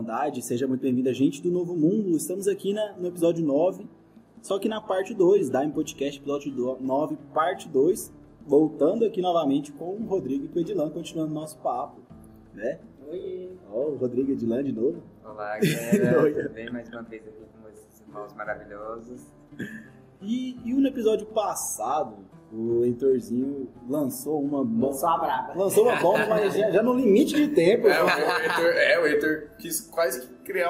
Irmandade, seja muito bem-vindo a gente do Novo Mundo. Estamos aqui no episódio 9, só que na parte 2, Daime Podcast, episódio 9, parte 2, voltando aqui novamente com o Rodrigo e com o Edilan, continuando nosso papo, né? Oi! Ó, o Rodrigo e Edilan de novo. Olá, galera! Vem mais uma vez aqui com esses irmãos maravilhosos. E no episódio passado, o Heitorzinho lançou uma bomba. Lançou uma bomba, mas já no limite de tempo. O Heitor quis quase que criar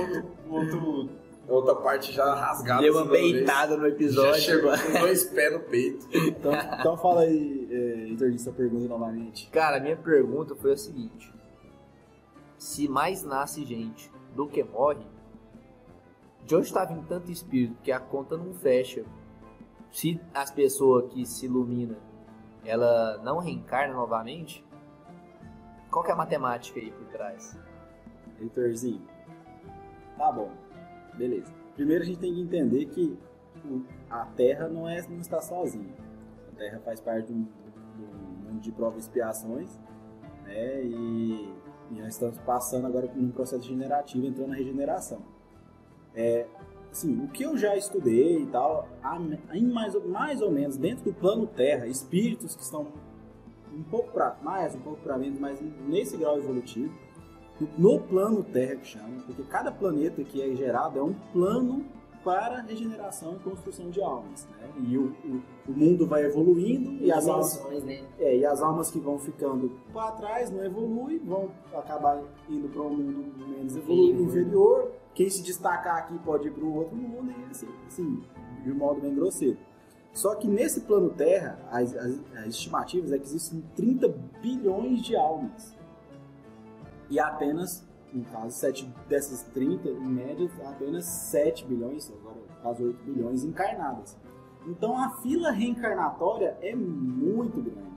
outra parte já rasgada. Deu uma beitada no episódio. Já chegou com 2 pés no peito. Então fala aí, Heitorzinho, sua pergunta novamente. Cara, a minha pergunta foi a seguinte. Se mais nasce gente do que morre, de onde está vindo tanto espírito que a conta não fecha? Se as pessoas que se iluminam, ela não reencarna novamente, qual que é a matemática aí por trás? Heitorzinho, tá bom, beleza. Primeiro a gente tem que entender que a Terra não está sozinha. A Terra faz parte do mundo de provas e expiações, né? E nós estamos passando agora por um processo generativo, entrando na regeneração. Assim, o que eu já estudei e tal, mais ou menos dentro do plano Terra, espíritos que estão um pouco para mais, um pouco para menos, mas nesse grau evolutivo, no plano Terra que chama, porque cada planeta que é gerado é um plano para regeneração e construção de almas, né? E o mundo vai evoluindo e as almas, né? E as almas que vão ficando para trás não evoluem, vão acabar indo para um mundo menos evoluído, inferior. Quem se destacar aqui pode ir para um outro mundo e assim, de um modo bem grosseiro. Só que nesse plano Terra, as estimativas é que existem 30 bilhões de almas. E apenas, no caso, 7 dessas 30, em média, apenas 7 bilhões, agora quase 8 bilhões encarnadas. Então a fila reencarnatória é muito grande.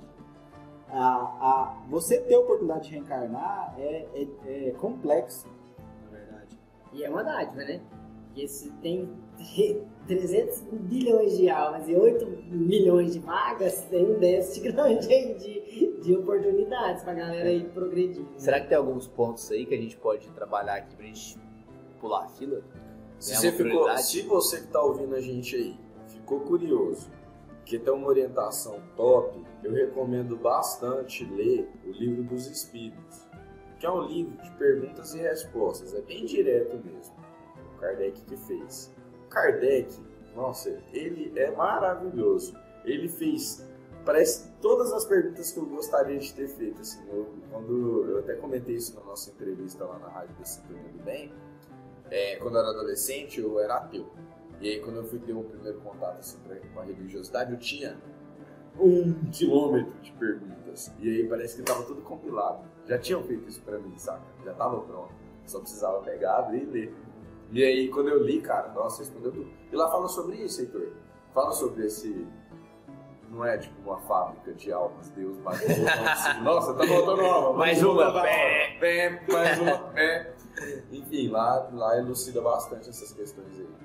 Você ter a oportunidade de reencarnar é complexo. E é uma dádiva, né? Porque se tem 300 bilhões de almas e 8 milhões de vagas, tem um déficit grande aí de oportunidades pra galera ir progredindo. Será que tem alguns pontos aí que a gente pode trabalhar aqui pra gente pular a fila? Se você que tá ouvindo a gente aí ficou curioso, que tem uma orientação top, eu recomendo bastante ler o Livro dos Espíritos, que é um livro de perguntas e respostas, é bem direto mesmo, o Kardec que fez. O Kardec, nossa, ele é maravilhoso, ele fez, parece, todas as perguntas que eu gostaria de ter feito, assim, eu até comentei isso na nossa entrevista lá na Rádio da Sintonia do Bem, quando eu era adolescente eu era ateu, e aí quando eu fui ter um primeiro contato assim, com a religiosidade, eu tinha 1 quilômetro de perguntas. E aí parece que tava tudo compilado. Já tinham feito isso pra mim, saca? Já tava pronto. Só precisava pegar, abrir e ler. E aí quando eu li, cara, nossa, respondeu tudo. E lá fala sobre isso, Heitor. Fala sobre esse... Não é tipo uma fábrica de almas, Deus bateu assim. Nossa, tá faltando alma. Mais uma, mais uma, Enfim, lá elucida bastante essas questões aí.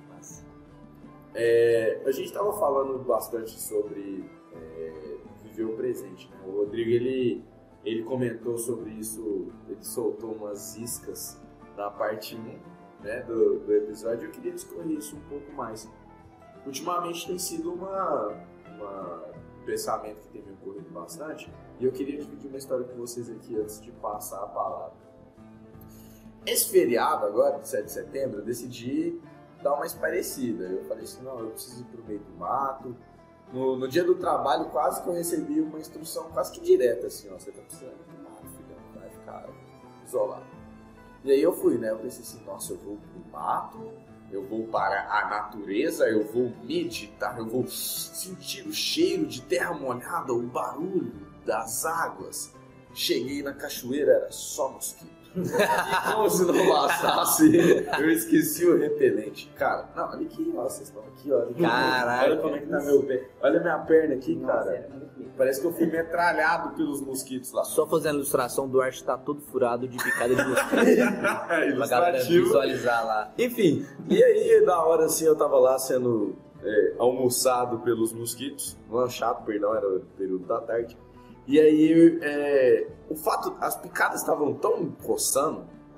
A gente tava falando bastante sobre... viver o presente, né? O Rodrigo, ele comentou sobre isso, ele soltou umas iscas na parte 1, né, do episódio. Eu queria discorrer isso um pouco mais. Ultimamente tem sido um pensamento que tem me ocorrido bastante, e eu queria dividir uma história com vocês aqui antes de passar a palavra. Esse feriado agora, do 7 de setembro, eu decidi dar uma esparecida. Eu falei assim, não, eu preciso ir pro meio do mato. No dia do trabalho, quase que eu recebi uma instrução quase que direta, assim, ó, você tá precisando de mato, filhão, vai ficar isolado. E aí eu fui, né, eu pensei assim, nossa, eu vou pro mato, eu vou para a natureza, eu vou meditar, eu vou sentir o cheiro de terra molhada, o barulho das águas. Cheguei na cachoeira, era só mosquito. E como se não bastasse, eu esqueci o repelente. Cara, não, olha aqui, ó, vocês estão aqui, ó. Caralho, olha como é que tá meu pé. Olha minha perna aqui, cara. Parece que eu fui metralhado pelos mosquitos lá. Só fazendo a ilustração, o Duarte tá todo furado de picada de mosquito. Pra galera visualizar lá. Enfim, e aí, da hora assim, eu tava lá sendo almoçado pelos mosquitos. Lanchado, perdão, era o período da tarde. E aí, o fato, as picadas estavam tão coçando,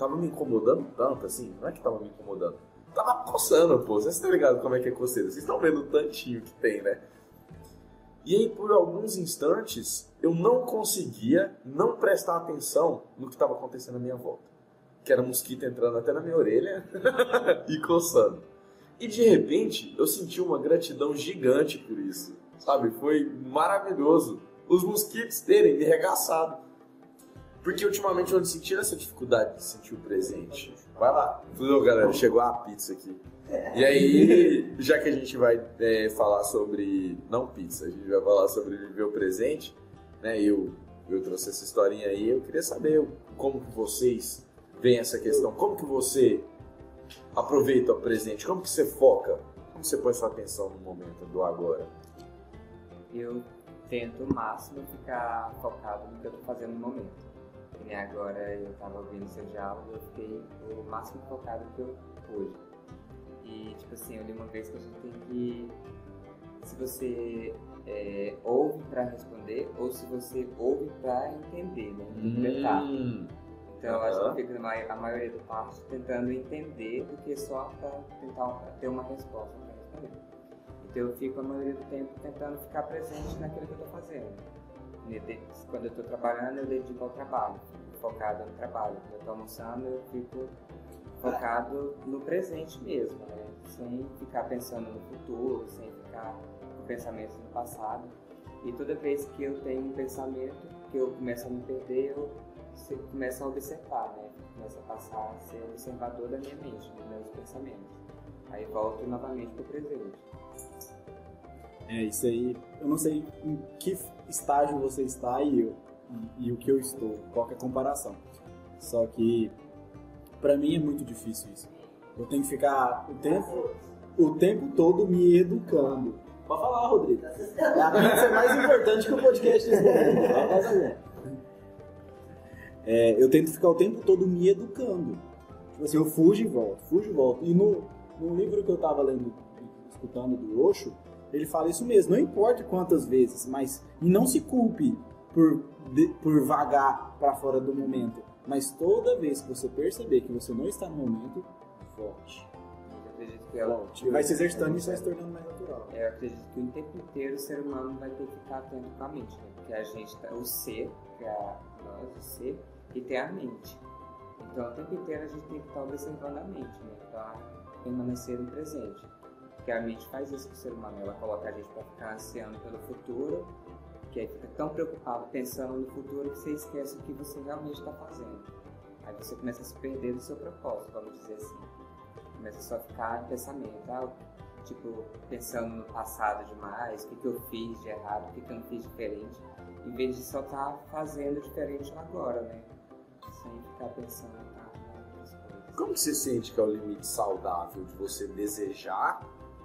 tava me incomodando tanto, assim, não é que tava me incomodando, tava coçando, pô, vocês estão ligados como é que é coceira, vocês estão vendo o tantinho que tem, né? E aí, por alguns instantes, eu não conseguia não prestar atenção no que estava acontecendo à minha volta. Que era mosquito entrando até na minha orelha e coçando. E de repente, eu senti uma gratidão gigante por isso, sabe? Foi maravilhoso os mosquitos terem me arregaçado. Porque ultimamente eu senti essa dificuldade de sentir o presente. Vai lá. Tudo, galera, chegou a pizza aqui. E aí, já que a gente vai falar sobre... Não pizza, a gente vai falar sobre viver o presente, né? Eu trouxe essa historinha aí, eu queria saber como que vocês veem essa questão. Como que você aproveita o presente? Como que você foca? Como você põe sua atenção no momento do agora? Eu tento o máximo ficar focado no que eu tô fazendo no momento. E nem agora eu tava ouvindo seu diálogo, eu fiquei o máximo focado que eu pude. E, tipo assim, eu li uma vez que você tem que... Se você ouve pra responder ou se você ouve pra entender, né? Interpretar. Então, eu acho que eu fico a maioria do parte tentando entender do que só pra tentar ter uma resposta pra responder. Então, eu fico a maioria do tempo tentando ficar presente naquilo que eu tô fazendo. Quando eu tô trabalhando, eu dedico ao trabalho, focado no trabalho. Quando eu tô almoçando, eu fico focado no presente mesmo, né? Sem ficar pensando no futuro, sem ficar com pensamentos no passado. E toda vez que eu tenho um pensamento que eu começo a me perder, eu começo a observar, né? Começo a passar a ser observador da minha mente, dos meus pensamentos. Aí volto novamente pro presente. Isso aí, eu não sei em que estágio você está e o que eu estou, qual que é a comparação. Só que pra mim é muito difícil isso. Eu tenho que ficar o tempo todo me educando. Pode falar, Rodrigo. A pizza é mais importante que o podcast desse momento. Eu tento ficar o tempo todo me educando. Tipo assim, eu fujo e volto. E no livro que eu tava lendo, escutando do Osho, ele fala isso mesmo. Não importa quantas vezes, mas... E não se culpe por vagar pra fora do momento. Mas toda vez que você perceber que você não está no momento, volte. Vai se exercitando e isso vai se tornando mais natural. Eu acredito que o tempo inteiro o ser humano vai ter que ficar atento com a mente, né? Porque a gente tá, o ser, que é nós, o ser, e tem a mente. Então o tempo inteiro a gente tem que estar observando a mente, né? Pra permanecer no presente. Porque a mente faz isso com o ser humano, ela coloca a gente para ficar ansiando pelo futuro, que aí fica tão preocupado pensando no futuro que você esquece o que você realmente está fazendo. Aí você começa a se perder do seu propósito, vamos dizer assim. Começa só a ficar em pensamento, tipo, pensando no passado demais, o que eu fiz de errado, o que eu não fiz diferente, em vez de só estar fazendo diferente agora, né? Sem ficar pensando em outras coisas. Como que você sente que é o limite saudável de você desejar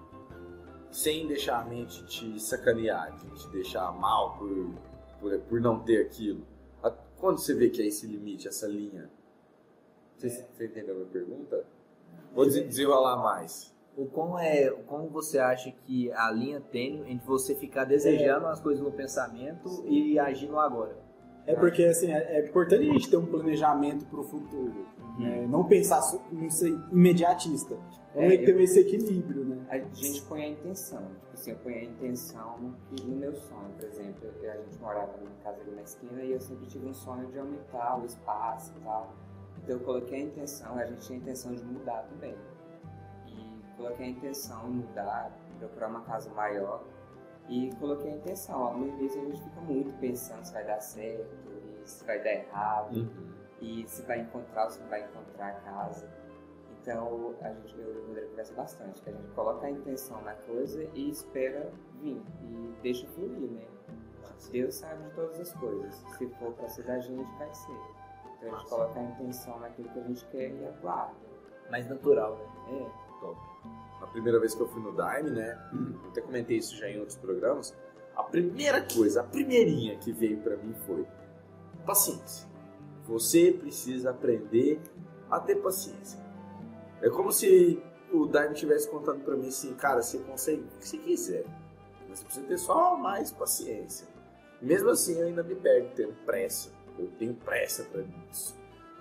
sem deixar a mente te sacanear, de te deixar mal por não ter aquilo? Quando você vê que é esse limite, essa linha? Você entendeu a minha pergunta? Vou desenrolar mais. Como você acha que a linha tênue entre você ficar desejando as coisas no pensamento e agir no agora? Porque assim, é importante a gente ter um planejamento para o futuro, né? Não pensar, não ser imediatista. Vamos ter esse equilíbrio, né? A gente põe a intenção. Tipo assim, eu ponho a intenção no meu sonho, por exemplo. A gente morava numa casa ali na esquina e eu sempre tive um sonho de aumentar o espaço e tal. Então eu coloquei a intenção, a gente tinha a intenção de mudar também. E coloquei a intenção de mudar, procurar uma casa maior. E coloquei a intenção, no início a gente fica muito pensando se vai dar certo, e se vai dar errado, e se vai encontrar ou se não vai encontrar a casa. Então eu e o Rodrigo conversa bastante, que a gente coloca a intenção na coisa e espera vir, e deixa fluir, né? Deus sabe de todas as coisas, se for pra ser da gente, vai ser. Então a gente coloca a intenção naquilo que a gente quer e aguarda. Mais natural, né? Top. A primeira vez que eu fui no Daime, né? Eu até comentei isso já em outros programas. A primeira coisa, a primeirinha que veio pra mim foi paciência. Você precisa aprender a ter paciência. É como se o Daime estivesse contando pra mim assim, cara, você consegue o que você quiser, mas você precisa ter só mais paciência. Mesmo assim, eu ainda me pego tendo pressa. Eu tenho pressa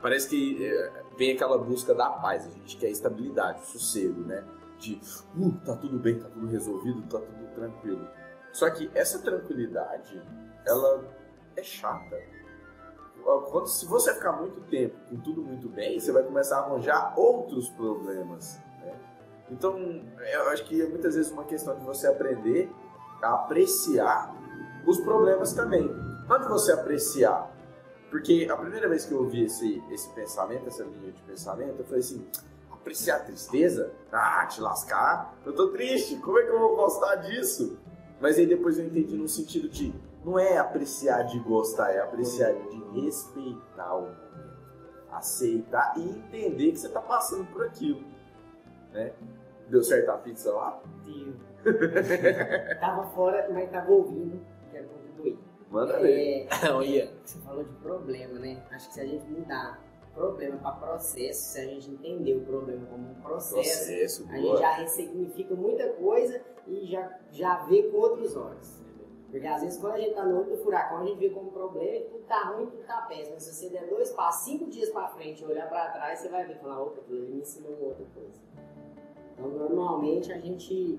parece que vem aquela busca da paz, a gente quer estabilidade, sossego, né? De, tá tudo bem, tá tudo resolvido, tá tudo tranquilo. Só que essa tranquilidade, ela é chata. Se você ficar muito tempo com tudo muito bem, você vai começar a arranjar outros problemas, né? Então, eu acho que é muitas vezes uma questão de você aprender a apreciar os problemas também. Não de você apreciar, porque a primeira vez que eu ouvi esse pensamento, essa linha de pensamento, eu falei assim, apreciar a tristeza? Ah, te lascar? Eu tô triste, como é que eu vou gostar disso? Mas aí depois eu entendi no sentido de, não é apreciar de gostar, é apreciar de respeitar o momento, aceitar e entender que você tá passando por aquilo, né? Deu certo a pizza lá? Deu. Tava fora, mas tava ouvindo, quero contribuir. Manda ver. Você falou de problema, né? Acho que se a gente mudar problema para processo, se a gente entender o problema como um processo a gente já ressignifica muita coisa e já vê com outros olhos. Porque às vezes quando a gente tá no olho do furacão, a gente vê como problema e tudo tá ruim, tudo tá péssimo. Se você der 2 passos, 5 dias para frente e olhar para trás, você vai ver e falar, opa, ele me ensinou outra coisa. Então normalmente a gente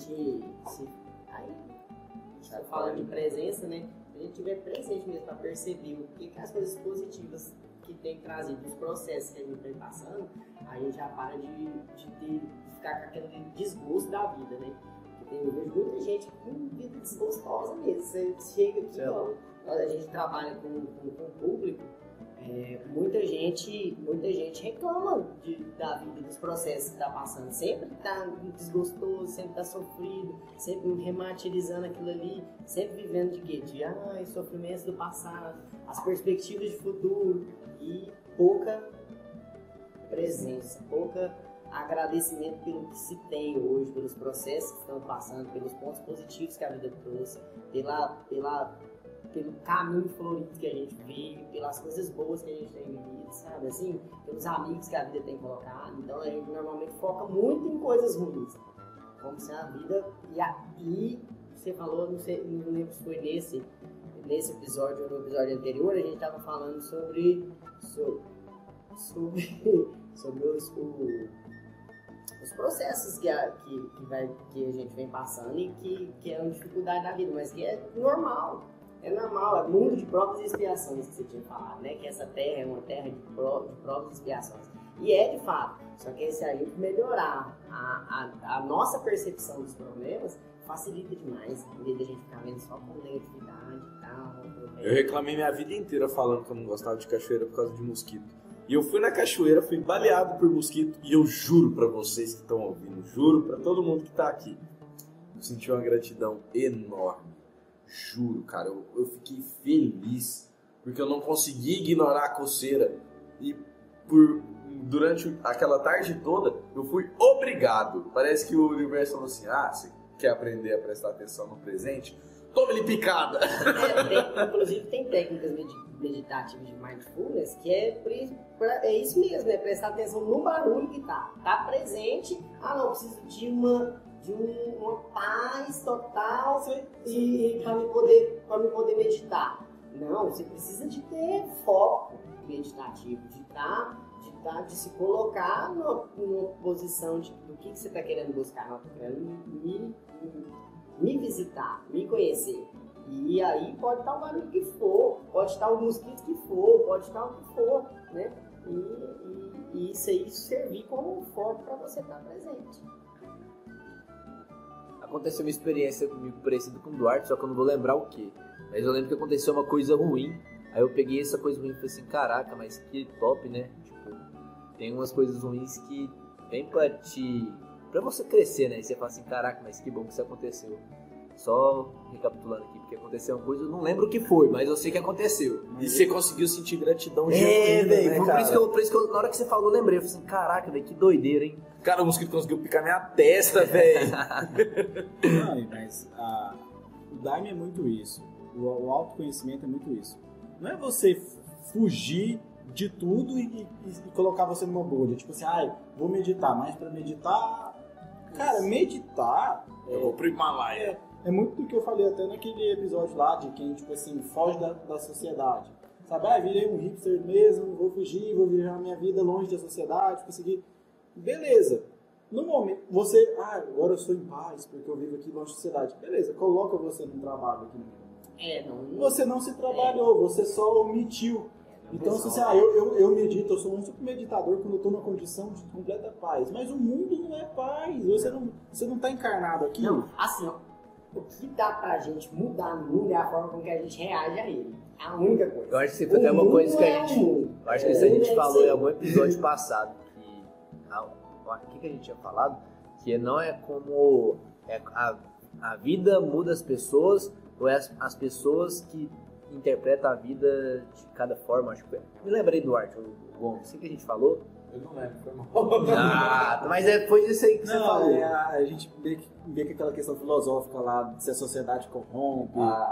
tá falando de presença, né? Se a gente tiver presente mesmo para perceber o que as coisas positivas que tem trazido, os processos que a gente vem passando, a gente já para de ficar com aquele desgosto da vida, né? Porque eu vejo muita gente com vida desgostosa mesmo. Você chega aqui, ó, a gente trabalha com o público, muita gente reclama da vida, dos processos que está passando. Sempre está desgostoso, sempre está sofrido, sempre rematerializando aquilo ali, sempre vivendo de quê? De sofrimentos do passado, as perspectivas de futuro e pouca presença, pouca agradecimento pelo que se tem hoje, pelos processos que estão passando, pelos pontos positivos que a vida trouxe, pelo caminho florido que a gente vive, pelas coisas boas que a gente tem vivido, sabe, assim, pelos amigos que a vida tem colocado. Então a gente normalmente foca muito em coisas ruins, como se a vida, e você falou, não lembro se foi nesse episódio ou no episódio anterior, a gente estava falando sobre os processos que a gente vem passando e que é uma dificuldade da vida, mas que é normal. É normal, é mundo de provas e expiações que você tinha falado, né? Que essa terra é uma terra de provas e expiações. E é de fato, só que se a gente melhorar a nossa percepção dos problemas, facilita demais, em vez de a gente ficar vendo só com negatividade e tal. Eu reclamei minha vida inteira falando que eu não gostava de cachoeira por causa de mosquito. E eu fui na cachoeira, fui baleado por mosquito, e eu juro pra vocês que estão ouvindo, juro pra todo mundo que tá aqui, eu senti uma gratidão enorme. Juro, cara, eu fiquei feliz porque eu não consegui ignorar a coceira e durante aquela tarde toda eu fui obrigado. Parece que o universo falou assim, você quer aprender a prestar atenção no presente? Toma-lhe picada! Inclusive tem técnicas meditativas de mindfulness que é isso mesmo, né? Prestar atenção no barulho que tá presente. Não, preciso de uma paz total e para me poder meditar. Não, você precisa de ter foco meditativo, de se colocar numa posição do que você está querendo buscar. Não, estou querendo me visitar, me conhecer. E aí pode estar o barulho que for, pode estar o mosquito que for, pode estar o que for, né? E isso aí servir como foco para você estar presente. Aconteceu uma experiência comigo parecida com o Duarte, só que eu não vou lembrar o que. Mas eu lembro que aconteceu uma coisa ruim. Aí eu peguei essa coisa ruim e falei assim, caraca, mas que top, né? Tipo, tem umas coisas ruins que vem pra você crescer, né? E você fala assim, caraca, mas que bom que isso aconteceu. Só recapitulando aqui, porque aconteceu uma coisa, eu não lembro o que foi, mas eu sei que aconteceu. E você conseguiu sentir gratidão genuína, velho. Por isso que eu, na hora que você falou, eu lembrei. Eu falei assim, caraca, velho, que doideira, hein? Cara, o mosquito conseguiu picar minha testa, velho. Não, mas o Daime é muito isso. O autoconhecimento é muito isso. Não é você fugir de tudo e colocar você numa bolha. Tipo assim, vou meditar. Mas pra meditar... Cara, meditar... Eu vou pro Himalaia. É muito do que eu falei até naquele episódio lá, de quem, tipo assim, foge da sociedade. sabe? Virei um hipster mesmo, vou fugir, vou viver a minha vida longe da sociedade, conseguir... Beleza. No momento, você... agora eu sou em paz, porque eu vivo aqui longe da sociedade. Beleza, coloca você num trabalho aqui. Você não se trabalhou, você só omitiu. Então, assim, eu medito, eu sou um super meditador quando eu estou numa condição de completa paz. Mas o mundo não é paz, você não está encarnado aqui. Não, assim, ó, o que dá pra gente mudar no mundo é a forma com que a gente reage a ele. A única coisa. Eu acho que foi até uma coisa que a gente... Eu acho que isso a gente falou em algum episódio passado. O que a gente tinha falado? Que não é como... a vida muda as pessoas, ou é as pessoas que interpretam a vida de cada forma. Acho que me lembrei do Arte Gomes, assim que a gente falou. Eu não lembro, foi mal. Mas foi isso aí que você falou. A gente vê que aquela questão filosófica lá, se a sociedade corrompe.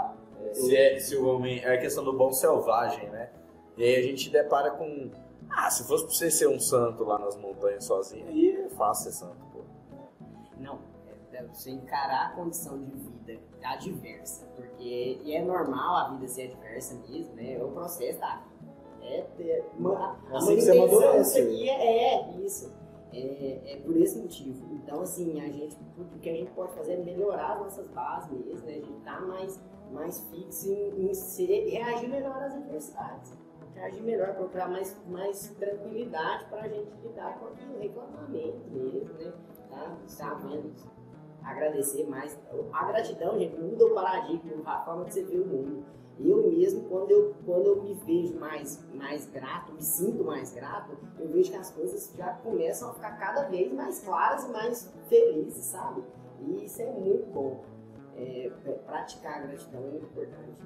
Se o homem... É a questão do bom selvagem, né? E aí a gente depara com... se fosse pra você ser um santo lá nas montanhas sozinho, aí é fácil ser santo, pô. Não, você encarar a condição de vida adversa, porque é normal a vida ser adversa mesmo, né? É o processo da vida. A manutenção disso aqui é isso. É por esse motivo. Então, assim, o que a gente pode fazer é melhorar as nossas bases mesmo, né? A gente tá mais fixo em reagir melhor às adversidades. Reagir melhor, procurar mais tranquilidade pra gente lidar com aquele reclamamento mesmo, né? Tá vendo? Agradecer mais. A gratidão, gente, muda o paradigma, a forma que você vê o mundo. Eu mesmo, quando eu me vejo mais grato, me sinto mais grato, eu vejo que as coisas já começam a ficar cada vez mais claras e mais felizes, sabe? E isso é muito bom. Praticar a gratidão é muito importante.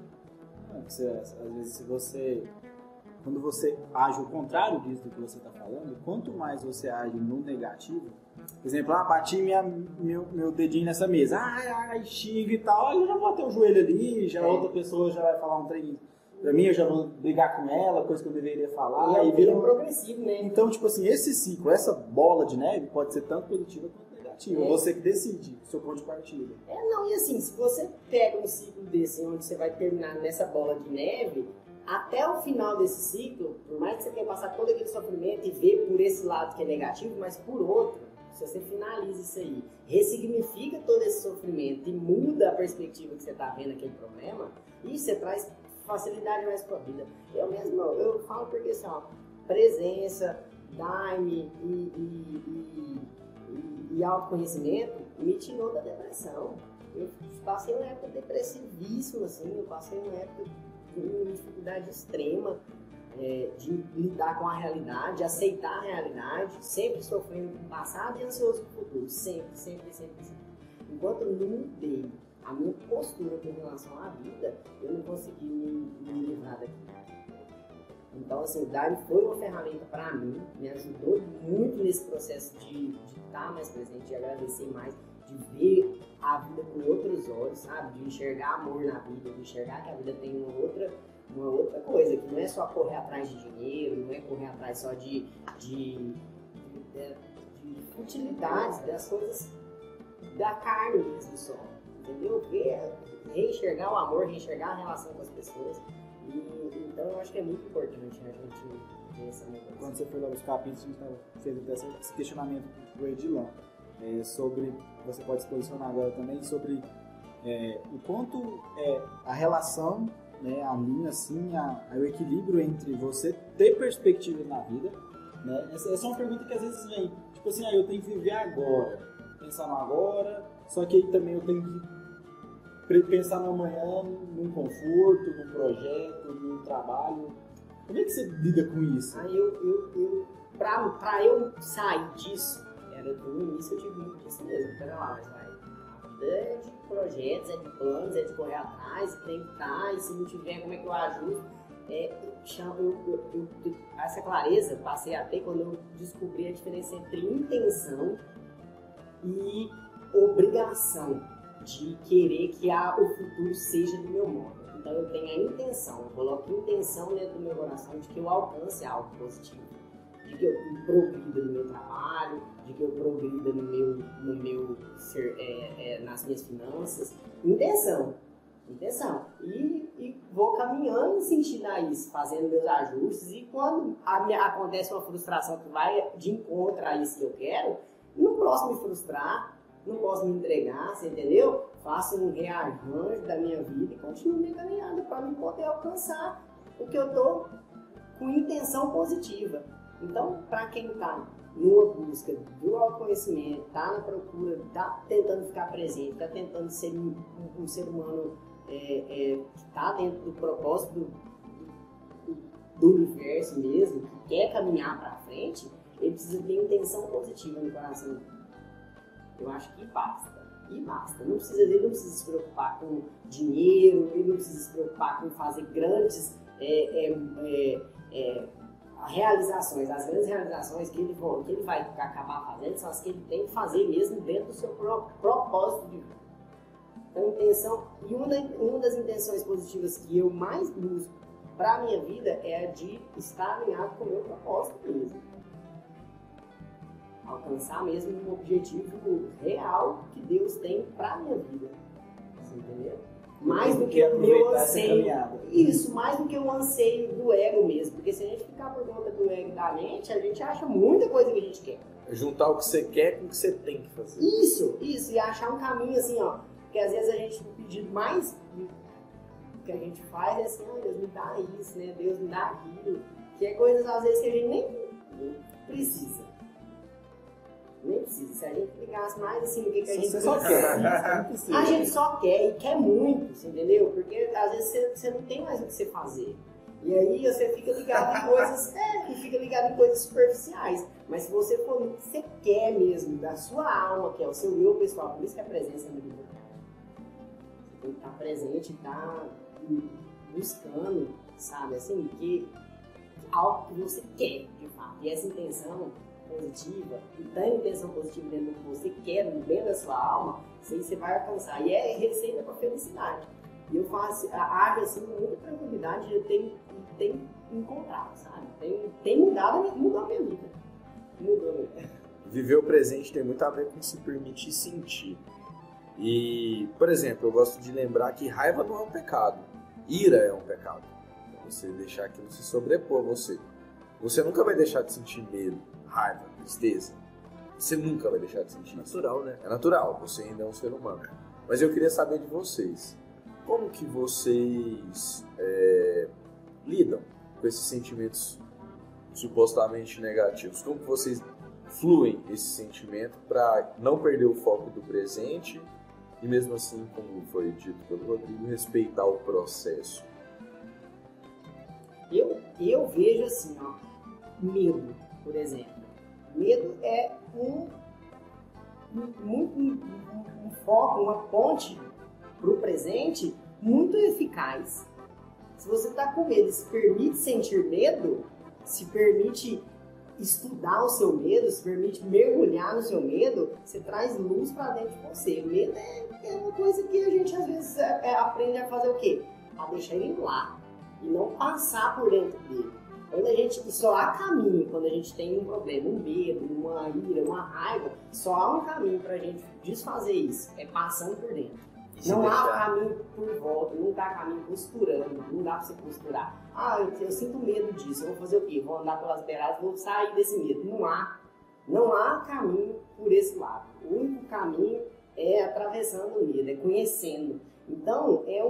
Às vezes, quando você age o contrário disso do que você está falando, quanto mais você age no negativo, por exemplo, bati meu dedinho nessa mesa, xinga e tal, eu já vou bater o joelho ali, já outra pessoa já vai falar um trem pra mim, eu já vou brigar com ela, coisa que eu deveria falar. E vira progressivo, né? Então, tipo assim, esse ciclo, essa bola de neve pode ser tanto positiva quanto negativa. Você que decide o seu ponto de partida. E assim, se você pega um ciclo desse, onde você vai terminar nessa bola de neve, até o final desse ciclo, por mais que você tenha passado todo aquele sofrimento e ver por esse lado que é negativo, mas por outro, se você finaliza isso aí, ressignifica todo esse sofrimento e muda a perspectiva que você está vendo aquele problema, e você traz facilidade mais para a vida. Eu falo porque assim, presença, Daime e autoconhecimento me tirou da depressão. Eu passei uma época depressivíssima, assim, eu passei uma época com uma dificuldade extrema de lidar com a realidade, de aceitar a realidade, sempre sofrendo com o passado e ansioso com o futuro, sempre. Enquanto eu não mudei a minha postura com relação à vida, eu não consegui me livrar daquilo. Então, assim, o Daime foi uma ferramenta para mim, me ajudou muito nesse processo de estar mais presente, de agradecer mais, de ver a vida com outros olhos, sabe? De enxergar amor na vida, de enxergar que a vida tem uma outra coisa, que não é só correr atrás de dinheiro, não é correr atrás só de utilidades, das coisas da carne mesmo só, entendeu? Reenxergar o amor, reenxergar a relação com as pessoas. Então eu acho que é muito importante a gente ter essa mudança. Quando você foi lá buscar a pizza, a gente fez até esse questionamento do Edilão. Sobre, você pode se posicionar agora também, sobre o quanto a relação, né, a linha, assim, o equilíbrio entre você ter perspectiva na vida, né? Essa é uma pergunta que às vezes vem, tipo assim, eu tenho que viver agora, pensar no agora, só que aí também eu tenho que pensar no amanhã, num conforto, num projeto, num trabalho. Como é que você lida com isso? Pra eu sair disso, no início eu tive muito disso mesmo, pera lá, mas vai. A vida é de projetos, é de planos, é de correr atrás, tem que estar, e se não tiver, como é que eu ajudo? Essa clareza passei a ter quando eu descobri a diferença entre intenção e obrigação de querer que o futuro seja do meu modo. Então eu tenho a intenção, eu coloco intenção dentro do meu coração de que eu alcance algo positivo, de que eu progrida no meu trabalho, de que eu progrida no meu ser, nas minhas finanças. Intenção. Intenção. E vou caminhando em sentido a isso, fazendo meus ajustes, e quando acontece uma frustração que vai de encontro a isso que eu quero, não posso me frustrar, não posso me entregar, você entendeu? Faço um rearranjo da minha vida e continuo minha caminhada para me poder alcançar o que eu estou com intenção positiva. Então, para quem está numa busca do autoconhecimento, está na procura, está tentando ficar presente, está tentando ser um ser humano que está dentro do propósito do universo mesmo, que quer caminhar para frente, ele precisa ter intenção positiva no coração. Eu acho que basta. E basta. Ele não precisa se preocupar com dinheiro, ele não precisa se preocupar com fazer grandes realizações. As grandes realizações que ele vai acabar fazendo são as que ele tem que fazer mesmo dentro do seu propósito de vida. Então, intenção, e uma das intenções positivas que eu mais busco para a minha vida é a de estar alinhado com o meu propósito mesmo. Alcançar mesmo um objetivo real que Deus tem para a minha vida. Você entendeu? Mais do que o meu anseio. Isso, mais do que o anseio do ego mesmo. Porque se a gente ficar por conta do ego e da mente, a gente acha muita coisa que a gente quer. Juntar o que você quer com o que você tem que fazer. Isso. E achar um caminho assim, ó. Porque às vezes a gente, o pedido mais que a gente faz é assim, Deus me dá isso, né? Deus me dá aquilo. Que é coisas às vezes que a gente nem precisa. Nem precisa. Se a gente ligasse mais assim do que a gente só quer. A gente só quer e quer muito, você entendeu? Porque às vezes você não tem mais o que você fazer. E aí você fica ligado em coisas, superficiais. Mas se você for no que você quer mesmo, da sua alma, que é o seu eu pessoal, por isso que a presença é muito importante. Você tem que estar presente, estar buscando, sabe, assim, que algo que você quer, de fato. E essa intenção positiva, e tendo intenção positiva dentro do que você quer, dentro da sua alma, isso aí você vai alcançar. E é receita para felicidade. E eu acho assim, muita tranquilidade, eu tenho encontrado, sabe? Tem mudado a minha vida. Mudou a minha vida. Viver o presente tem muito a ver com se permitir sentir. E, por exemplo, eu gosto de lembrar que raiva não é um pecado. Ira é um pecado. Você deixar aquilo se sobrepor a você. Você nunca vai deixar de sentir medo, raiva, tristeza. Você nunca vai deixar de sentir isso. É natural, né? É natural, você ainda é um ser humano. Mas eu queria saber de vocês. Como que vocês lidam com esses sentimentos supostamente negativos? Como que vocês fluem esse sentimento para não perder o foco do presente e mesmo assim, como foi dito pelo Rodrigo, respeitar o processo? Eu vejo assim, ó, medo, por exemplo. Medo é um foco, uma ponte para o presente muito eficaz. Se você está com medo e se permite sentir medo, se permite estudar o seu medo, se permite mergulhar no seu medo, você traz luz para dentro de você. Medo é uma coisa que a gente às vezes aprende a fazer o quê? A deixar ele lá e não passar por dentro dele. Quando a gente, só há caminho quando a gente tem um problema, um medo, uma ira, uma raiva, só há um caminho para a gente desfazer isso, é passando por dentro. Não há caminho por volta, não dá caminho costurando, não dá pra você costurar. Eu sinto medo disso, eu vou fazer o quê? Vou andar pelas beiradas, vou sair desse medo. Não há caminho por esse lado. O único caminho é atravessando o medo, é conhecendo. Então, é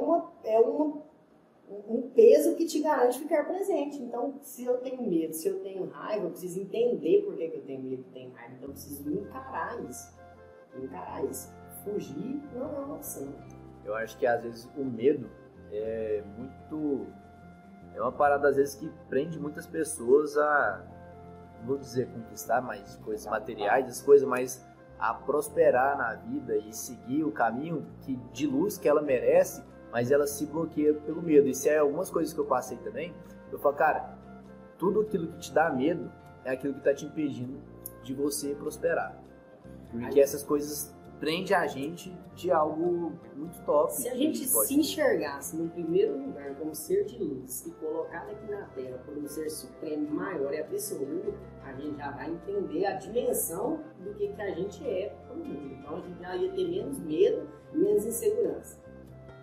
um peso que te garante ficar presente. Então, se eu tenho medo, se eu tenho raiva, eu preciso entender por que eu tenho medo e tenho raiva. Então, eu preciso encarar isso. Fugir não é uma opção. Eu acho que às vezes o medo é uma parada às vezes que prende muitas pessoas a, não vou dizer conquistar mais coisas materiais, as coisas, mas a prosperar na vida e seguir o caminho de luz que ela merece, mas ela se bloqueia pelo medo. E se é algumas coisas que eu passei também, eu falo, cara, tudo aquilo que te dá medo é aquilo que está te impedindo de você prosperar. Porque essas coisas prende a gente de algo muito top. Se a gente se enxergasse no primeiro lugar como ser de luz e colocado aqui na Terra por um ser supremo, maior e absoluto, a gente já vai entender a dimensão do que a gente é para o mundo. Então a gente já ia ter menos medo e menos insegurança.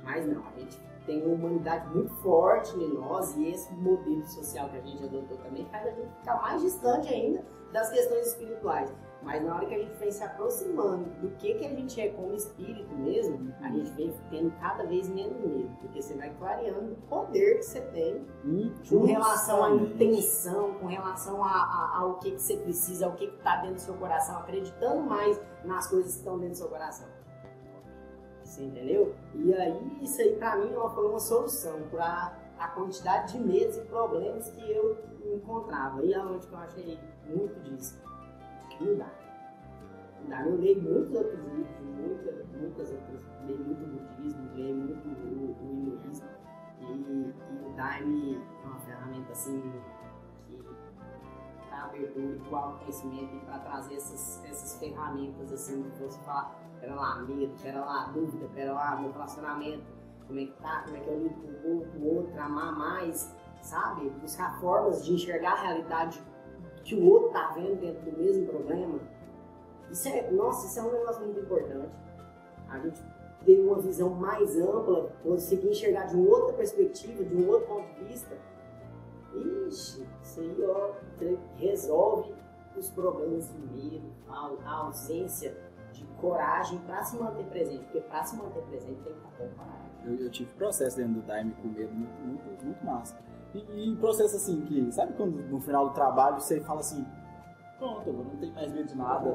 Mas não, a gente tem uma humanidade muito forte em nós e esse modelo social que a gente adotou também faz a gente ficar mais distante ainda das questões espirituais. Mas na hora que a gente vem se aproximando do que a gente é como espírito mesmo, a gente vem tendo cada vez menos medo, porque você vai clareando o poder que você tem com relação à intenção, com relação ao que você precisa, ao que está dentro do seu coração, acreditando mais nas coisas que estão dentro do seu coração. Você entendeu? E aí, isso aí pra mim foi uma solução para a quantidade de medos e problemas que eu encontrava. E aonde que eu achei muito disso. Não dá. Eu leio muitos outros livros, muitas outras, leio muito budismo, leio muito o hinduísmo e o Daime é uma ferramenta assim que dá abertura e do autoconhecimento e para trazer essas ferramentas assim que você fala, pera lá, medo, pera lá, dúvida, pera lá, meu relacionamento, como é que tá, como é que eu lido com o outro, amar mais, sabe? Buscar formas de enxergar a realidade que o outro tá vendo dentro do mesmo problema. Isso é um negócio muito importante. A gente ter uma visão mais ampla, conseguir enxergar de uma outra perspectiva, de um outro ponto de vista. Ixi, isso aí ó, resolve os problemas de medo, a ausência de coragem para se manter presente. Porque para se manter presente tem que estar com coragem. Eu tive processo dentro do Daime com medo muito massa. E processo assim, que sabe quando no final do trabalho você fala assim, pronto, eu não tenho mais medo de nada.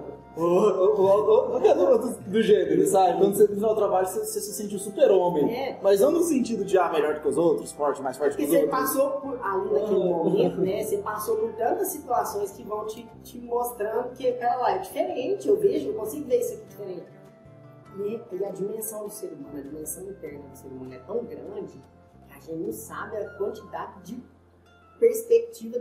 Do gênero, sabe? Quando você no final do trabalho você se sente um super-homem. Mas não no sentido de melhor do que os outros, mais forte que os outros. Porque você passou por ali naquele momento, né? Você passou por tantas situações que vão te mostrando que, pera lá, é diferente, eu consigo ver isso aqui diferente. E a dimensão do ser humano, a dimensão interna do ser humano é tão grande que a gente não sabe a quantidade de perspectiva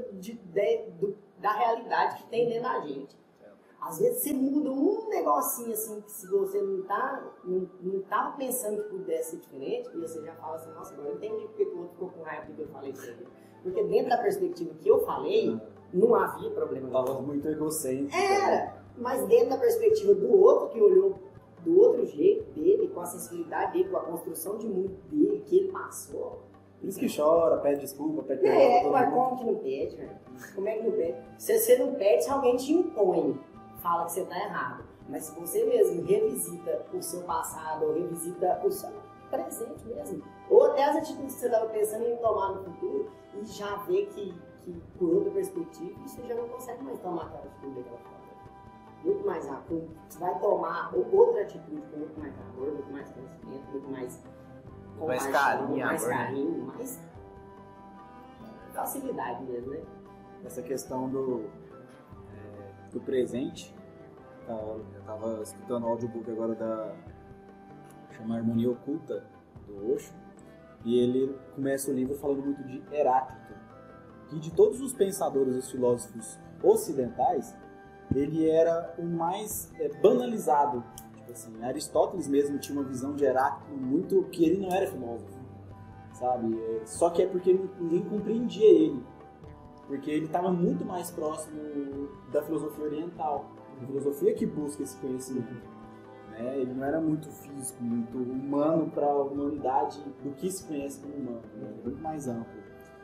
da realidade que tem dentro da gente. Às vezes você muda um negocinho assim, que se você não tava pensando que pudesse ser diferente, e você já fala assim, nossa, agora eu entendi porque o outro ficou com raiva do que eu falei isso aqui. Porque dentro da perspectiva que eu falei, não havia problema. Tava muito egocêntrico. Era, mas dentro da perspectiva do outro, que olhou do outro jeito dele, com a sensibilidade dele, com a construção de mundo dele, que ele passou. Por isso que chora, pede desculpa, pede perdão. Mas como que não pede, velho? Como é que não pede? Se você não pede, se alguém te impõe, fala que você tá errado. Mas se você mesmo revisita o seu passado, ou revisita o seu presente mesmo, ou até as atitudes que você estava pensando em tomar no futuro, e já vê que por outra perspectiva, você já não consegue mais tomar aquela atitude daquela forma. Muito mais rápido. Você vai tomar outra atitude com muito mais amor, muito mais conhecimento, muito mais carinho, mais facilidade mesmo, né? Essa questão do presente, eu tava escutando o audiobook agora chama Harmonia Oculta, do Osho, e ele começa o livro falando muito de Heráclito, que de todos os pensadores, os filósofos ocidentais, ele era o mais banalizado. Tipo assim, Aristóteles mesmo tinha uma visão de Heráclito muito que ele não era filósofo, sabe? Só que é porque ninguém compreendia ele, porque ele estava muito mais próximo da filosofia oriental, a filosofia que busca esse conhecimento, né? Ele não era muito físico, muito humano para a humanidade do que se conhece como humano, né? Muito mais amplo.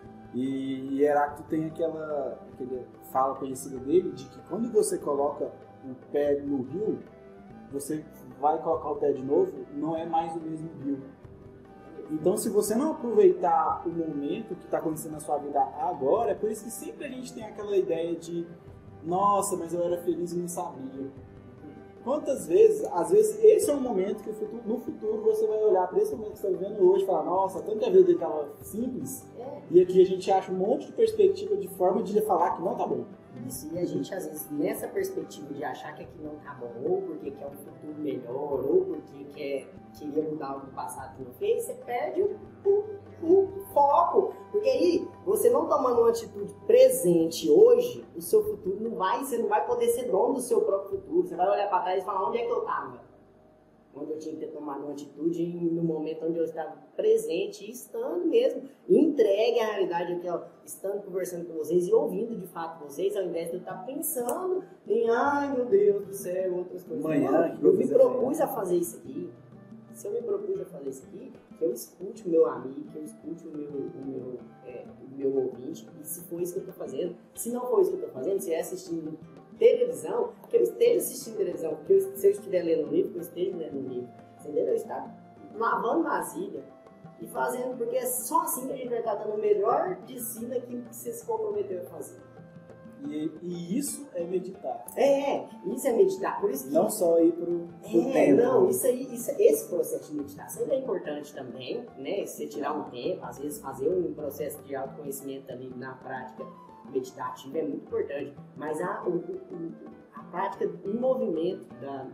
E Heráclito tem aquela fala conhecida dele de que quando você coloca o pé no rio, você vai colocar o pé de novo, não é mais o mesmo rio. Então, se você não aproveitar o momento que está acontecendo na sua vida agora, é por isso que sempre a gente tem aquela ideia de nossa, mas eu era feliz e não sabia. Quantas vezes, às vezes, esse é um momento que no futuro você vai olhar para esse momento que você está vivendo hoje e falar, nossa, tanto que a vida dele estava simples, e aqui a gente acha um monte de perspectiva de forma de falar que não tá bom. Isso, e a gente, às vezes, nessa perspectiva de achar que aqui não tá bom, ou porque quer um futuro melhor, ou porque queria mudar algo do passado que não fez, você perde o foco. Porque aí, você não tomando uma atitude presente hoje, o seu futuro você não vai poder ser dono do seu próprio futuro. Você vai olhar para trás e falar, onde é que eu tava? Onde eu tinha que ter tomado uma atitude no momento onde eu estava presente, estando mesmo, entregue à realidade aqui, ó, estando conversando com vocês e ouvindo de fato vocês, ao invés de eu estar pensando em, ai meu Deus do céu, outras coisas. Amanhã, eu me propus a fazer isso aqui. Se eu me propus a fazer isso aqui, que eu escute o meu amigo, que eu escute o meu ouvinte, e se for isso que eu estou fazendo, se não for isso que eu estou fazendo, se é assistindo televisão, que eu esteja assistindo televisão, que se eu estiver lendo um livro, que eu esteja lendo um livro, entendeu? Eu estar lavando vasilha e fazendo, porque é só assim que a gente vai estar dando o melhor de si naquilo que você se comprometeu a fazer. E isso é meditar. Isso é meditar. Por isso que... Não só ir pro tempo. Não, esse processo de meditação é importante também, né? Você tirar um tempo, às vezes fazer um processo de autoconhecimento ali na prática meditativa é muito importante. Mas a prática do movimento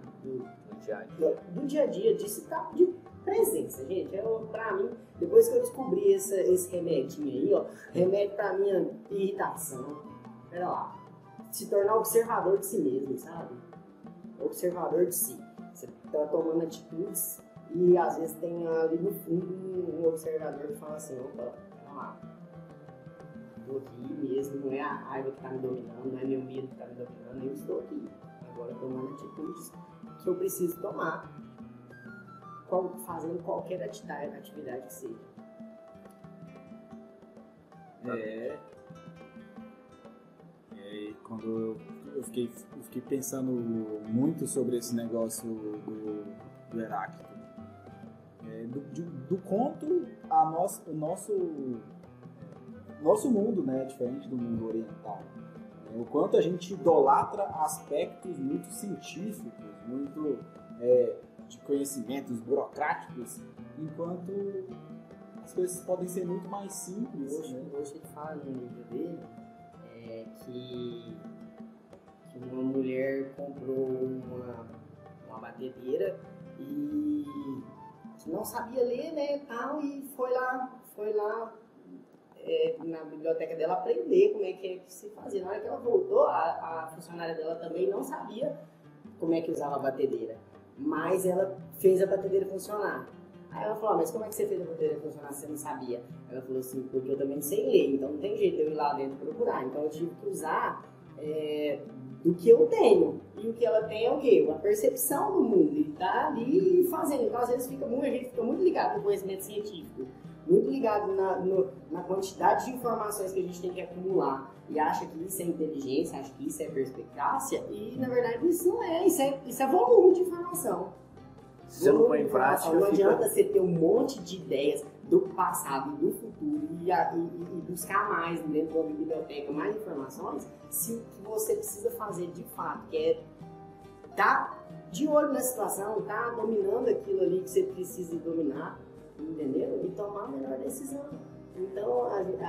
do dia a dia, de presença, gente. Pra mim, depois que eu descobri esse remedinho aí, ó, remédio pra minha irritação, pera lá, se tornar observador de si mesmo, sabe? Observador de si. Você tá tomando atitudes e às vezes tem ali no fundo um observador que fala assim, opa, pera lá, tô aqui mesmo, não é a raiva que tá me dominando, não é meu medo que tá me dominando, eu estou aqui, agora tomando atitudes que eu preciso tomar, fazendo qualquer atividade que seja. Quando eu fiquei pensando muito sobre esse negócio do Heráclito, do quanto o nosso mundo, né, é diferente do mundo oriental, o quanto a gente idolatra aspectos muito científicos, muito de conhecimentos burocráticos, enquanto as coisas podem ser muito mais simples. Hoje ele fala no livro dele que uma mulher comprou uma batedeira e que não sabia ler, né, tal, e foi lá na biblioteca dela aprender como é que se fazia. Na hora que ela voltou, a funcionária dela também não sabia como é que usava a batedeira, mas ela fez a batedeira funcionar. Aí ela falou, mas como é que você fez a batedeira funcionar se você não sabia? Ela falou assim, porque eu também não sei ler, então não tem jeito de eu ir lá dentro procurar. Então eu tive que usar do que eu tenho. E o que ela tem é o quê? Uma percepção do mundo. E tá ali fazendo. Então às vezes a gente fica muito ligado no conhecimento científico, muito ligado na quantidade de informações que a gente tem que acumular. E acha que isso é inteligência, acha que isso é perspicácia. E na verdade isso não é. Isso é volume de informação. Se você não põe em prática, não adianta você ter um monte de ideias do passado e do futuro e buscar mais dentro da biblioteca, mais informações, se o que você precisa fazer de fato, que é estar de olho na situação, estar dominando aquilo ali que você precisa dominar, entendeu? E tomar a melhor decisão. Então,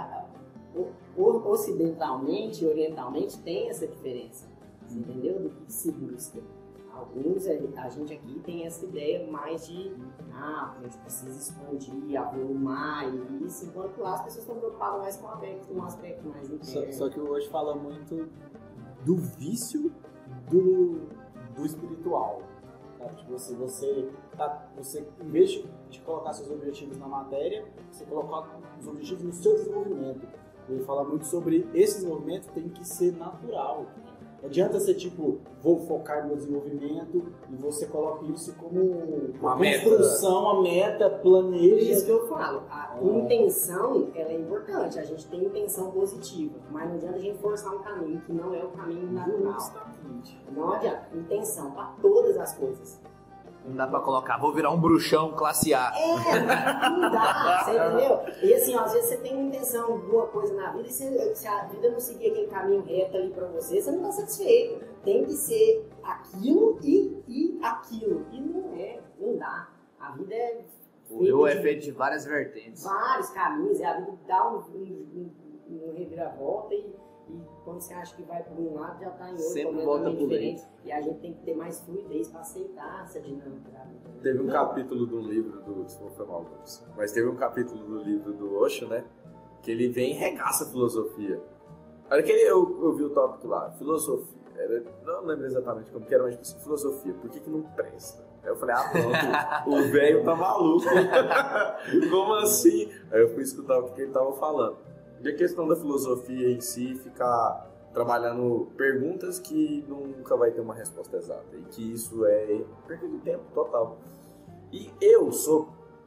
ocidentalmente, orientalmente, tem essa diferença, entendeu? Do que se busca. Alguns, a gente aqui tem essa ideia mais de a gente precisa expandir, avolumar e isso, enquanto lá as pessoas estão preocupadas mais com um aspecto mais interno. Só que hoje fala muito do vício do espiritual. Sabe? Tipo, você em vez de colocar seus objetivos na matéria, você coloca os objetivos no seu desenvolvimento. Ele fala muito sobre esse desenvolvimento tem que ser natural. Não adianta ser tipo, vou focar no meu desenvolvimento e você coloca isso como uma construção, uma meta, planeja. É isso que eu falo. A intenção, ela é importante. A gente tem intenção positiva, mas não adianta a gente forçar um caminho que não é o caminho natural. Não adianta. Intenção para todas as coisas. Não dá pra colocar, vou virar um bruxão classe A. Não dá, você entendeu? E assim, às vezes você tem uma intenção de uma coisa na vida e se a vida não seguir aquele caminho reto ali pra você, você não tá satisfeito. Tem que ser aquilo e aquilo. E não dá. A vida é feito de várias vertentes. Vários caminhos, a vida dá um reviravolta e quando você acha que vai por um lado, já está em outro, sempre volta por diferente. E a gente tem que ter mais fluidez para aceitar essa dinâmica. Teve um capítulo do livro do... Foi mal, mas teve um capítulo do livro do Osho, né? Que ele vem e regaça a filosofia. Olha que eu vi o tópico lá, filosofia. Não lembro exatamente como que era, mas tipo assim, filosofia, por que não presta? Aí eu falei, pronto, o velho tá maluco. Como assim? Aí eu fui escutar o que ele tava falando. E a questão da filosofia em si, ficar trabalhando perguntas que nunca vai ter uma resposta exata. E que isso é perda de tempo total. E eu sou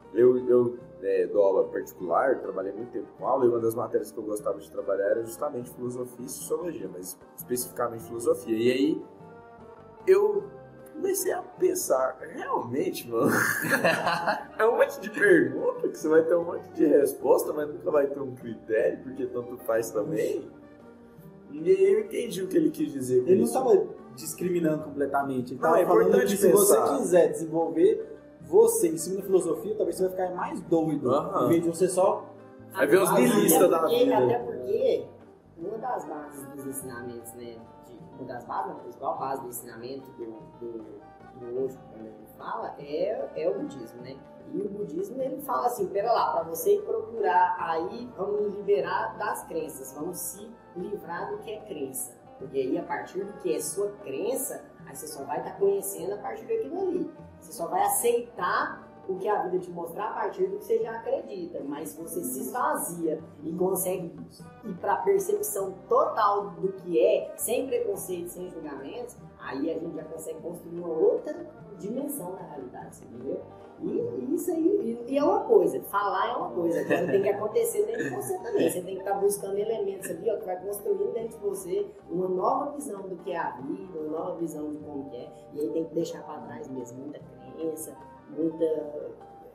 eu dou aula particular, trabalhei muito tempo com aula, e uma das matérias que eu gostava de trabalhar era justamente filosofia e sociologia, mas especificamente filosofia. E aí eu comecei a pensar, realmente, mano, é um monte de pergunta que você vai ter um monte de resposta, mas nunca vai ter um critério, porque tanto faz também. E aí eu entendi o que ele quis dizer com Ele não isso. estava discriminando completamente. Ele Não, estava é falando importante que se você pensar. quiser desenvolver você em cima da filosofia, talvez você vai ficar mais doido. Aham. Em vez de você só... Vai ver os nihilistas da vida. Até porque uma das bases dos ensinamentos, né? Uma das bases, a principal base do ensinamento do Osho, quando ele fala, é o budismo, né? E o budismo, ele fala assim, pera lá, para você procurar aí, vamos nos liberar das crenças, vamos se livrar do que é crença. Porque aí, a partir do que é sua crença, aí você só vai estar conhecendo a partir daquilo ali. Você só vai aceitar o que a vida te mostrar a partir do que você já acredita. Mas se você se esvazia e consegue ir para a percepção total do que é, sem preconceito, sem julgamentos, aí a gente já consegue construir uma outra dimensão na realidade, entendeu? E isso aí, e é uma coisa, falar é uma coisa, agora tem que acontecer dentro de você também. Você tem que estar buscando elementos ali, ó, que vai construindo dentro de você uma nova visão do que é a vida, uma nova visão de como que é. E aí tem que deixar para trás mesmo muita crença, muita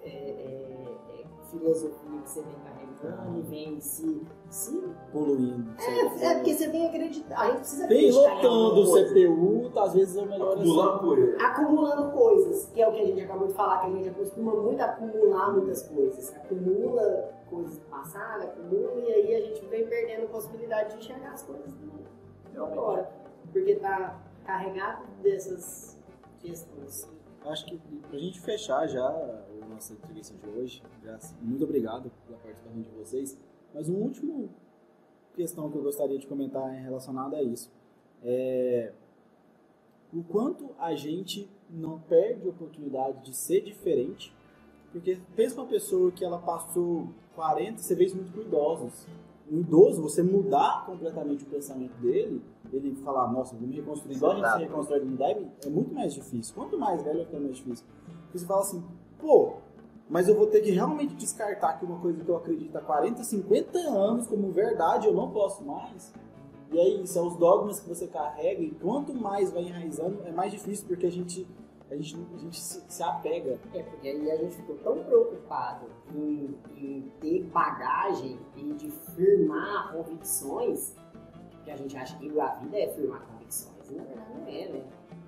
filosofia que você vem carregando e vem se poluindo. porque você vem acreditar, a gente precisa Vem acreditar em lotando alguma o coisa. CPU, às vezes é melhor Acumulando coisa. Acumulando coisas, que é o que a gente acabou de falar, que a gente acostuma muito a acumular muitas coisas. Acumula coisas do passado, acumula, e aí a gente vem perdendo a possibilidade de enxergar as coisas agora. Porque tá carregado dessas questões. Acho que pra gente fechar já a nossa entrevista de hoje, muito obrigado pela participação de vocês, mas uma última questão que eu gostaria de comentar relacionada a isso é o quanto a gente não perde a oportunidade de ser diferente, porque pensa uma pessoa que ela passou 40, você vê isso muito com idosos. Um idoso, você mudar completamente o pensamento dele, ele falar, nossa, vou me reconstruir igual a gente se reconstrói no Dive, é muito mais difícil. Quanto mais velho, é mais difícil. Porque você fala assim, pô, mas eu vou ter que realmente descartar que uma coisa que eu acredito há 40, 50 anos como verdade, eu não posso mais. E é isso, são os dogmas que você carrega, e quanto mais vai enraizando, é mais difícil, porque a gente se apega. Porque aí a gente ficou tão preocupado em ter bagagem e de firmar convicções, que a gente acha que a vida é firmar convicções. E na verdade não é, né?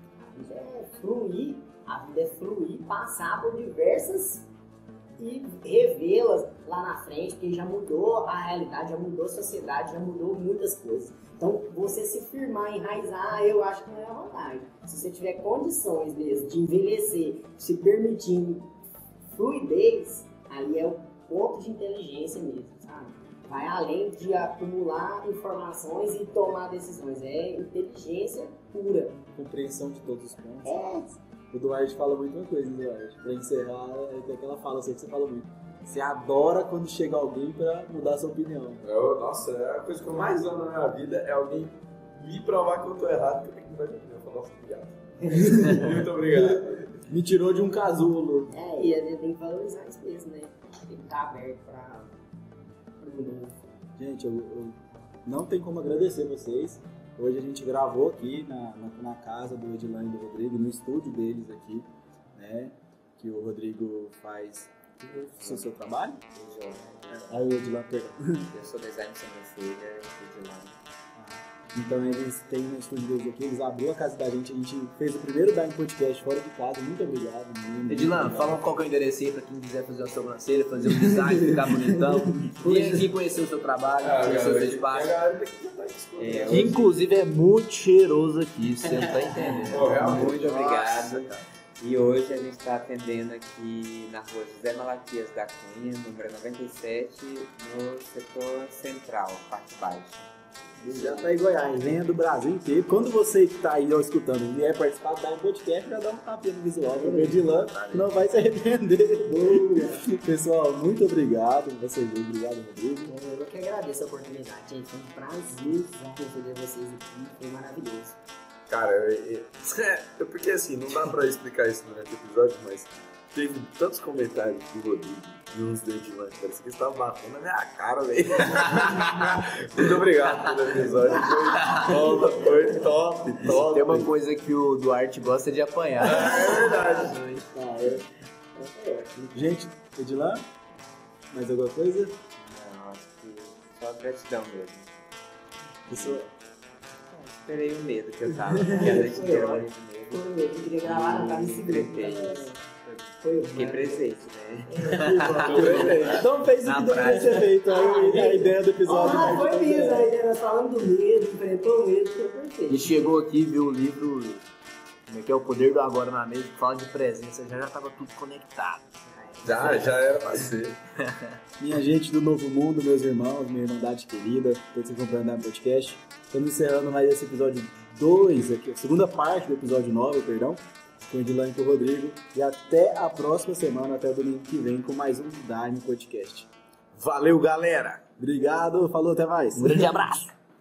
A vida é fluir, passar por diversas e revê-las lá na frente, porque já mudou a realidade, já mudou a sociedade, já mudou muitas coisas. Então, você se firmar, enraizar, eu acho que não é a vantagem. Se você tiver condições mesmo de envelhecer, se permitindo fluidez, ali é o ponto de inteligência mesmo, sabe? Vai além de acumular informações e tomar decisões. É inteligência pura. Compreensão de todos os pontos. O Duarte fala muito uma coisa, Duarte. Pra encerrar, tem aquela fala, eu sei que você fala muito. Você adora quando chega alguém pra mudar sua opinião. Nossa, a coisa que eu mais amo na minha vida é alguém me provar que eu tô errado, que eu tenho que mudar de opinião. Eu falo, nossa, obrigado. Muito obrigado. Me tirou de um casulo. E a gente tem que valorizar isso mesmo, né? Tem que estar aberto pra mundo. Gente, eu não tenho como agradecer vocês. Hoje a gente gravou aqui na casa do Edilan e do Rodrigo, no estúdio deles aqui, né? Que o Rodrigo faz o seu trabalho. Aí o Edilan perdão. Eu sou designer de sobrancelha, Edilan. Então eles têm no estúdio deles aqui, eles abriram a casa da gente, a gente fez o primeiro Dime Podcast fora de casa. Muito obrigado, menino. Edilan, fala qual que é o endereço aí pra quem quiser fazer uma sobrancelha, fazer um design, ficar bonitão. Vem aqui conhecer o seu trabalho, conhecer o seu espaço. Que inclusive é muito cheiroso aqui, você não tá entendendo. Muito obrigado. E hoje a gente está atendendo aqui na rua José Malaquias da Cunha, número 97, no setor central, parte baixa. Já tá em Goiás, venha do Brasil inteiro. Quando você que tá aí ó, escutando vier participar do podcast, já dá um tapinha no visual. O Edilan não vai se arrepender. Pessoal, muito obrigado. Vocês, obrigado, Rodrigo. Eu que agradeço a oportunidade, gente. Foi um prazer receber vocês aqui. Foi maravilhoso. Cara, porque assim, não dá pra explicar isso durante o episódio, mas teve tantos comentários do Rodrigo e uns do Edilan, parece que eles estavam batendo na minha cara, velho. Muito obrigado pelo episódio. Foi top. Tem uma coisa que o Duarte gosta de apanhar. É verdade. Gente, Edilan, mais alguma coisa? Não, acho que só gratidão mesmo. Isso. Esperei o medo que eu tava, porque a noite inteira morrendo de medo. Foi eu que queria gravar, não tava me seguindo. Tretei isso. Foi eu. Fiquei presente, né? Então fez o que deveria ser feito. Aí a ideia do episódio. Ah, foi mesmo. Aí nós falamos do medo, enfrentou o medo, foi perfeito. E chegou aqui, viu o livro, como é que é, O Poder do Agora na Mesa, que fala de presença, já tava tudo conectado. Já era pra ser. Minha gente do Novo Mundo, meus irmãos, minha irmandade querida, todos que acompanham o podcast. Estamos encerrando mais esse episódio 2 aqui, a segunda parte do episódio 9, perdão, com o Edilan e com o Rodrigo. E até a próxima semana, até o domingo que vem, com mais um Dime Podcast. Valeu, galera! Obrigado, falou, até mais. Um grande abraço!